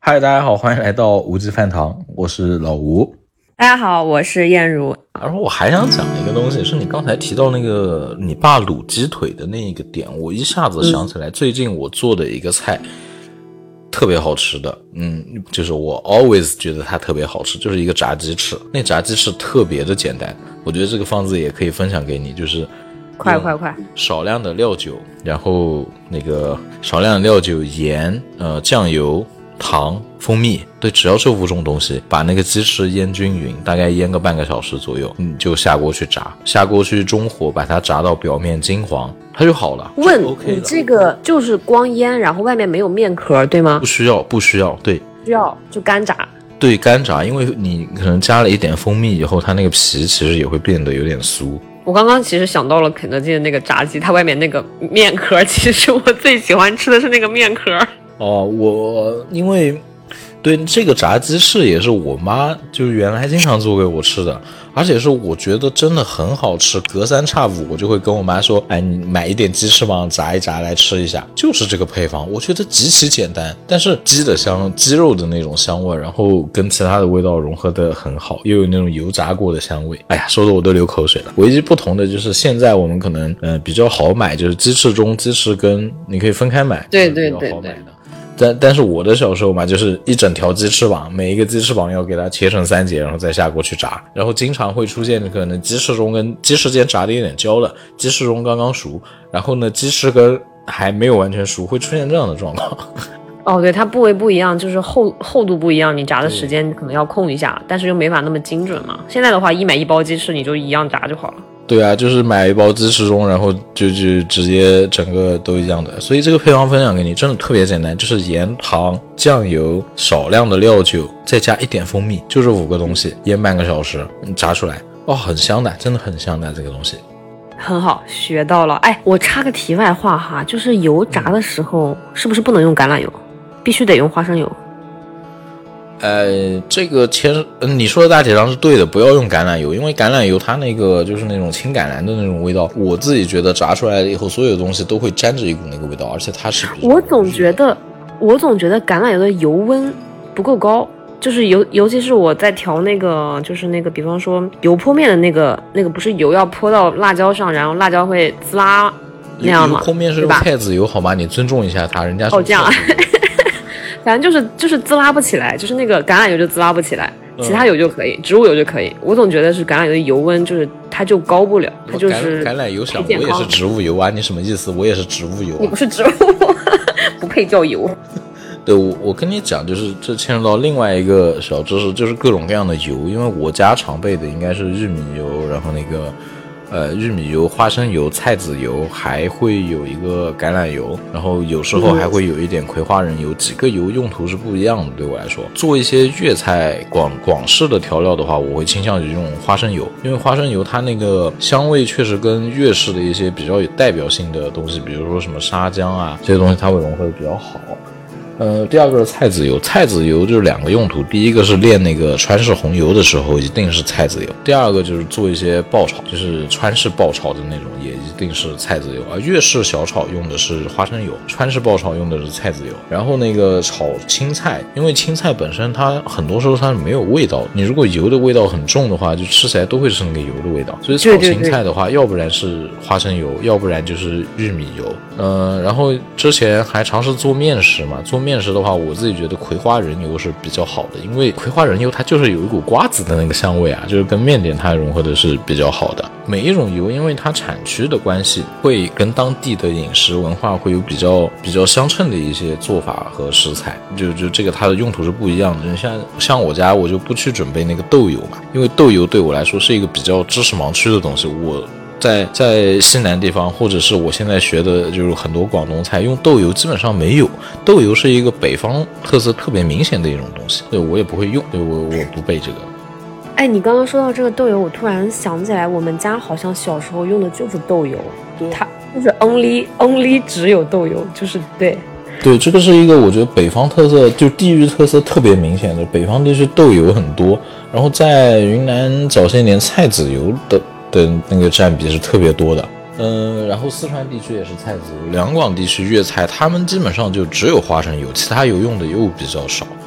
嗨，大家好，欢迎来到无极饭堂，我是老吴。 大家好，我是燕如。 然后我还想讲一个东西，是你刚才提到那个你爸卤鸡腿的那一个点，我一下子想起来，最近我做的一个菜，特别好吃的，就是我 always 觉得它特别好吃，就是一个炸鸡翅。那炸鸡翅特别的简单，我觉得这个方子也可以分享给你，就是快， 少量的料酒，然后那个少量的料酒、盐、酱油、糖、蜂蜜，对，只要这5种东西，把那个鸡翅腌均匀，大概腌个半个小时左右，你就下锅去炸，下锅去中火把它炸到表面金黄，它就好了。 问 OK 你这个就是光腌，然后外面没有面壳，对吗？ 不需要，对， 需要就干炸。 对，干炸，因为你可能加了一点蜂蜜以后，它那个皮其实也会变得有点酥。 我刚刚其实想到了肯德基的那个炸鸡，它外面那个面壳，其实我最喜欢吃的是那个面壳。 我因为对这个炸鸡翅也是我妈就是原来经常做给我吃的，而且是我觉得真的很好吃，隔三差五我就会跟我妈说，哎，你买一点鸡翅膀炸一炸来吃一下，就是这个配方，我觉得极其简单，但是鸡的香，鸡肉的那种香味，然后跟其他的味道融合得很好，又有那种油炸过的香味，哎呀，说的我都流口水了。唯一不同的就是现在我们可能比较好买，就是鸡翅中鸡翅根你可以分开买， 对， 但是我的小时候嘛，就是一整条鸡翅膀，每一个鸡翅膀要给它切成3节，然后再下锅去炸，然后经常会出现可能鸡翅中跟鸡翅间炸的有点焦了，鸡翅中刚刚熟，然后呢鸡翅根还没有完全熟，会出现这样的状况。 哦，对，它部位不一样，就是厚度不一样，你炸的时间可能要控一下，但是又没法那么精准嘛。现在的话，一买1包鸡翅，你就一样炸就好了。 对啊，就是买一包鸡翅中，然后就直接整个都一样的，所以这个配方分享给你，真的特别简单，就是盐、糖、酱油、少量的料酒，再加一点蜂蜜，就这5个东西，腌半个小时，炸出来，很香的，真的很香的这个东西。 很好，学到了。哎，我插个题外话哈，就是油炸的时候是不是不能用橄榄油，必须得用花生油？ 这个你说的大体上是对的，不要用橄榄油，因为橄榄油它那个就是那种青橄榄的那种味道，我自己觉得炸出来了以后，所有的东西都会沾着一股那个味道，而且它是我总觉得橄榄油的油温不够高，就是尤其是我在调那个就是那个，比方说油泼面的那个不是油要泼到辣椒上，然后辣椒会滋啦那样吗？ 油泼面是用菜籽油好吗？你尊重一下它，人家这样。反正就是滋拉不起来，就是那个橄榄油就滋拉不起来，其他油就可以，植物油就可以。我总觉得是橄榄油的油温就是它就高不了，它就是橄榄油想我也是植物油啊，你什么意思？我也是植物油你不是植物，不配叫油。 对，我跟你讲，就是这牵扯到另外一个小知识，就是各种各样的油，因为我家常备的应该是玉米油，然后那个玉米油、花生油、菜籽油，还会有一个橄榄油，然后有时候还会有一点葵花仁油，几个油用途是不一样的。对我来说，做一些粤菜广式的调料的话，我会倾向于用花生油，因为花生油它那个香味确实跟粤式的一些比较有代表性的东西，比如说什么沙姜啊这些东西，它会融合的比较好。第二个是菜籽油，菜籽油就是2个用途，第一个是炼那个川式红油的时候一定是菜籽油，第二个就是做一些爆炒，就是川式爆炒的那种也一定是菜籽油，而粤式小炒用的是花生油，川式爆炒用的是菜籽油。然后那个炒青菜，因为青菜本身它很多时候它是没有味道的，你如果油的味道很重的话，就吃起来都会是那个油的味道，所以炒青菜的话，要不然是花生油，要不然就是玉米油。然后之前还尝试做面食嘛，做面食的话，我自己觉得葵花仁油是比较好的，因为葵花仁油它就是有一股瓜子的那个香味啊，就是跟面点它融合的是比较好的。每一种油因为它产区的关系，会跟当地的饮食文化会有比较相称的一些做法和食材，就这个它的用途是不一样的。像我家我就不去准备那个豆油嘛，因为豆油对我来说是一个比较知识盲区的东西，我在西南地方，或者是我现在学的就是很多广东菜，用豆油基本上没有。豆油是一个北方特色特别明显的一种东西，对我也不会用，对我不备这个。 哎，你刚刚说到这个豆油，我突然想起来，我们家好像小时候用的就是豆油，它就是 only 只有豆油，就是对， 这个是一个我觉得北方特色，就地域特色特别明显的。北方地区豆油很多，然后在云南早些年菜籽油的那个占比是特别多的。然后四川地区也是菜籽油，两广地区粤菜他们基本上就只有花生油，其他油用的又比较少。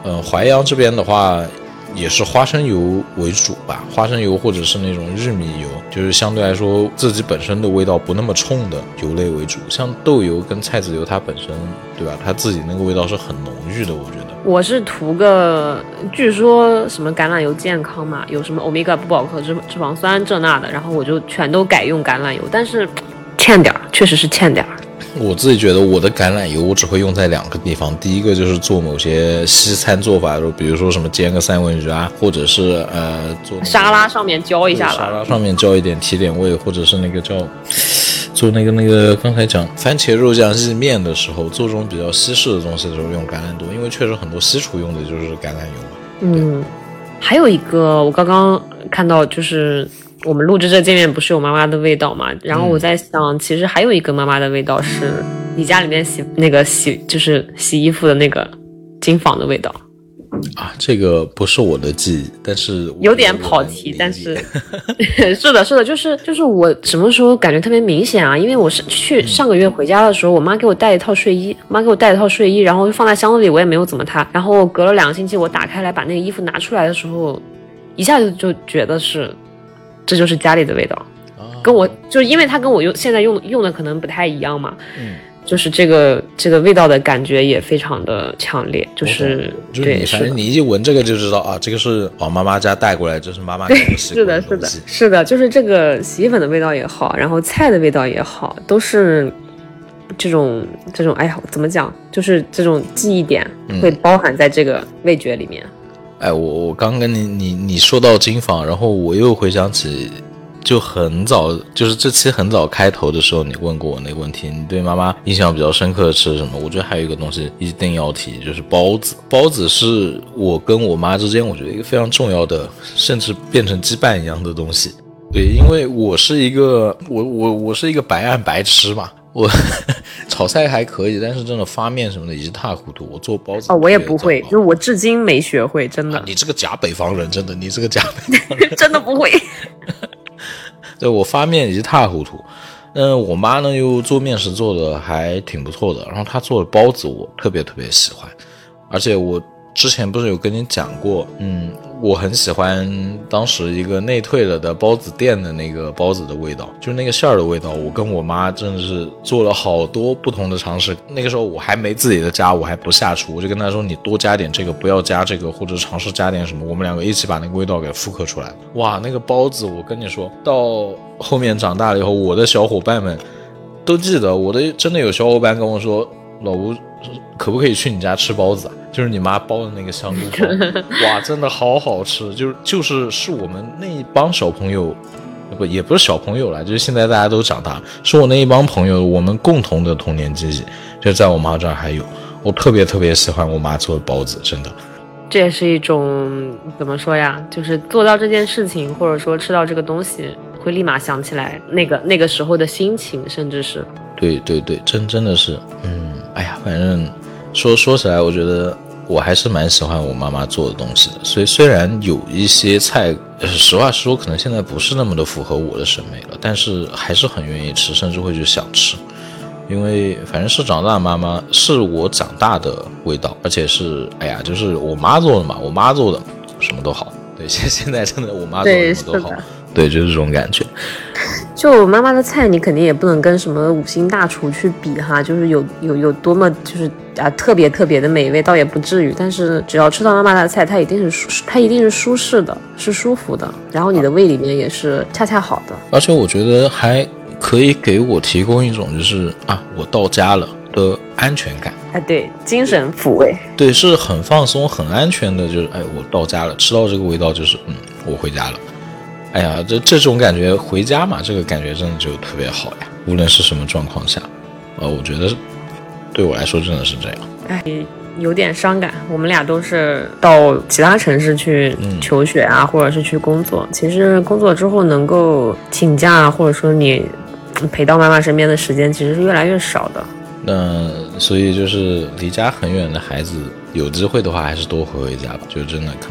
淮阳这边的话也是花生油为主吧，花生油或者是那种玉米油，就是相对来说自己本身的味道不那么冲的油类为主。像豆油跟菜籽油它本身，对吧，它自己那个味道是很浓郁的，我觉得。 我是图个，据说什么橄榄油健康嘛，有什么欧米伽不饱和脂肪酸这那的，然后我就全都改用橄榄油，但是欠点儿，确实是欠点儿。 我自己觉得我的橄榄油我只会用在2个地方，第一个就是做某些西餐做法的时候，比如说什么煎个三文鱼啊，或者是做沙拉上面浇一下吧， 沙拉上面浇一点提点味，或者是那个叫做那个刚才讲番茄肉酱意面的时候，做这种比较西式的东西的时候用橄榄多，因为确实很多西厨用的就是橄榄油嘛。 还有一个我刚刚看到就是我们录制这界面不是有妈妈的味道嘛？然后我在想，其实还有一个妈妈的味道是你家里面就是洗衣服的那个金纺的味道啊。这个不是我的记忆，但是有点跑题，但是是的，就是我什么时候感觉特别明显啊？因为我是上个月回家的时候，我妈给我带一套睡衣，然后就放在箱子里，我也没有怎么擦。然后隔了2个星期，我打开来把那个衣服拿出来的时候，一下就觉得这就是家里的味道，跟我就是因为它跟我现在用的可能不太一样嘛，就是这个味道的感觉也非常的强烈，就是对， 反正你一闻这个就知道啊，这个是妈妈家带过来，这是妈妈给我洗过的东西。 是的，就是这个洗衣粉的味道也好，然后菜的味道也好，都是这种哎呀怎么讲，就是这种记忆点会包含在这个味觉里面。 我刚跟你说到金纺，然后我又回想起就很早，就是这期很早开头的时候你问过我那个问题，你对妈妈印象比较深刻的吃什么？我觉得还有一个东西一定要提，就是包子。包子是我跟我妈之间我觉得一个非常重要的，甚至变成羁绊一样的东西。对，因为我是一个我是一个白案白痴嘛，我炒菜还可以，但是真的发面什么的一塌糊涂。我做包子我也不会，就是我至今没学会，真的。 你这个假北方人，真的，你这个假北方人真的不会。 对，我发面一塌糊涂。我妈呢又做面食做的还挺不错的，然后她做的包子我特别特别喜欢，而且我之前不是有跟你讲过，我很喜欢当时一个内退了的包子店的那个包子的味道，就是那个馅儿的味道。我跟我妈真的是做了好多不同的尝试。那个时候我还没自己的家，我还不下厨，我就跟她说你多加点这个，不要加这个，或者尝试加点什么，我们2个一起把那个味道给复刻出来。哇，那个包子我跟你说，到后面长大了以后，我的小伙伴们都记得，真的有小伙伴跟我说，老吴可不可以去你家吃包子啊？就是你妈包的那个香菇包，哇，真的好好吃！是我们那一帮小朋友，也不是小朋友了，就是现在大家都长大，是我那一帮朋友，我们共同的童年记忆，就在我妈这儿还有。我特别特别喜欢我妈做的包子，真的。 这也是一种怎么说呀？就是做到这件事情，或者说吃到这个东西，会立马想起来那个时候的心情，甚至是对，真的是，哎呀，反正说起来，我觉得我还是蛮喜欢我妈妈做的东西的。所以虽然有一些菜，实话实说，可能现在不是那么的符合我的审美了，但是还是很愿意吃，甚至会去想吃。因为反正是长大妈妈是我长大的味道，而且是就是我妈做的嘛，我妈做的什么都好。对，现在真的我妈做的什么都好。对，就是这种感觉。 就妈妈的菜，你肯定也不能跟什么5星大厨去比哈，就是有多么就是特别特别的美味，倒也不至于。但是只要吃到妈妈的菜，它一定是舒适的，是舒服的，然后你的胃里面也是恰恰好的。 而且我觉得还可以给我提供一种就是我到家了的安全感。 对，精神抚慰。对， 是很放松很安全的，就是我到家了，吃到这个味道就是我回家了。哎呀，这种感觉回家嘛，这个感觉真的就特别好呀，无论是什么状况下。我觉得对我来说真的是这样。 有点伤感，我们俩都是到其他城市去求学啊，或者是去工作。其实工作之后能够请假，或者说你陪到妈妈身边的时间，其实是越来越少的。 那所以就是离家很远的孩子，有机会的话还是多回家吧。就真的可能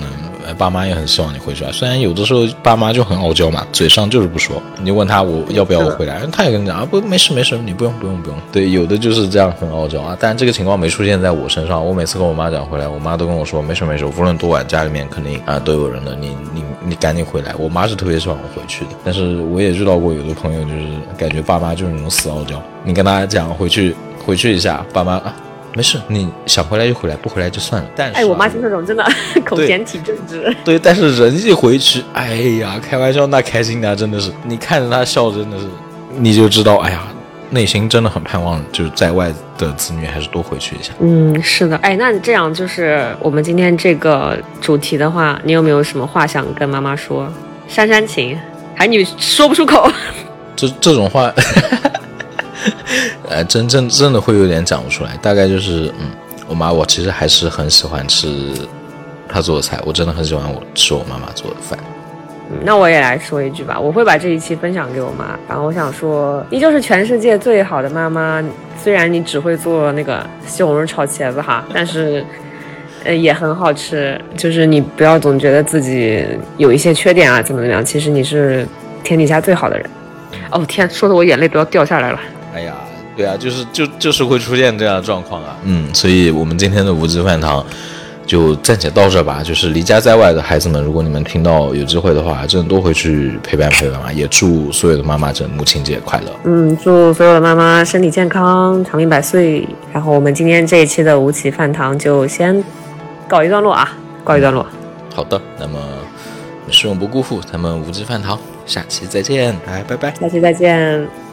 爸妈也很希望你回去啊。虽然有的时候爸妈就很傲娇嘛，嘴上就是不说。你问他我要不要回来，他也跟你讲啊，不，没事，你不用。对，有的就是这样很傲娇啊。但这个情况没出现在我身上，我每次跟我妈讲回来，我妈都跟我说没事，无论多晚，家里面肯定都有人的，你赶紧回来。我妈是特别希望我回去的，但是我也遇到过有的朋友就是感觉爸妈就是那种死傲娇，你跟他讲回去一下，爸妈没事，你想回来就回来，不回来就算了。但是我妈是那种真的口嫌体正直。 对，但是人一回去，哎呀，开玩笑那开心的真的是，你看着他笑，真的是，你就知道，哎呀，内心真的很盼望，就是在外的子女还是多回去一下。 是的。那这样就是我们今天这个主题的话，你有没有什么话想跟妈妈说？煽情，还你说不出口？ 这种话。真的会有点讲不出来，大概就是我其实还是很喜欢吃她做的菜，我真的很喜欢吃我妈妈做的饭。 那我也来说一句吧，我会把这一期分享给我妈，然后我想说，你就是全世界最好的妈妈，虽然你只会做那个西红柿炒茄子哈，但是也很好吃，就是你不要总觉得自己有一些缺点啊怎么样，其实你是天底下最好的人。哦天，说的我眼泪都要掉下来了。 哎呀，对啊，就是会出现这样的状况啊。所以我们今天的无极饭堂就暂且到这吧。就是离家在外的孩子们，如果你们听到有机会的话，真的多回去陪伴嘛。也祝所有的妈妈母亲节快乐。 祝所有的妈妈身体健康，长命百岁。然后我们今天这一期的无极饭堂就先告一段落啊，告一段落。 好的，那么是永不辜负咱们无极饭堂，下期再见，拜拜。 下期再见。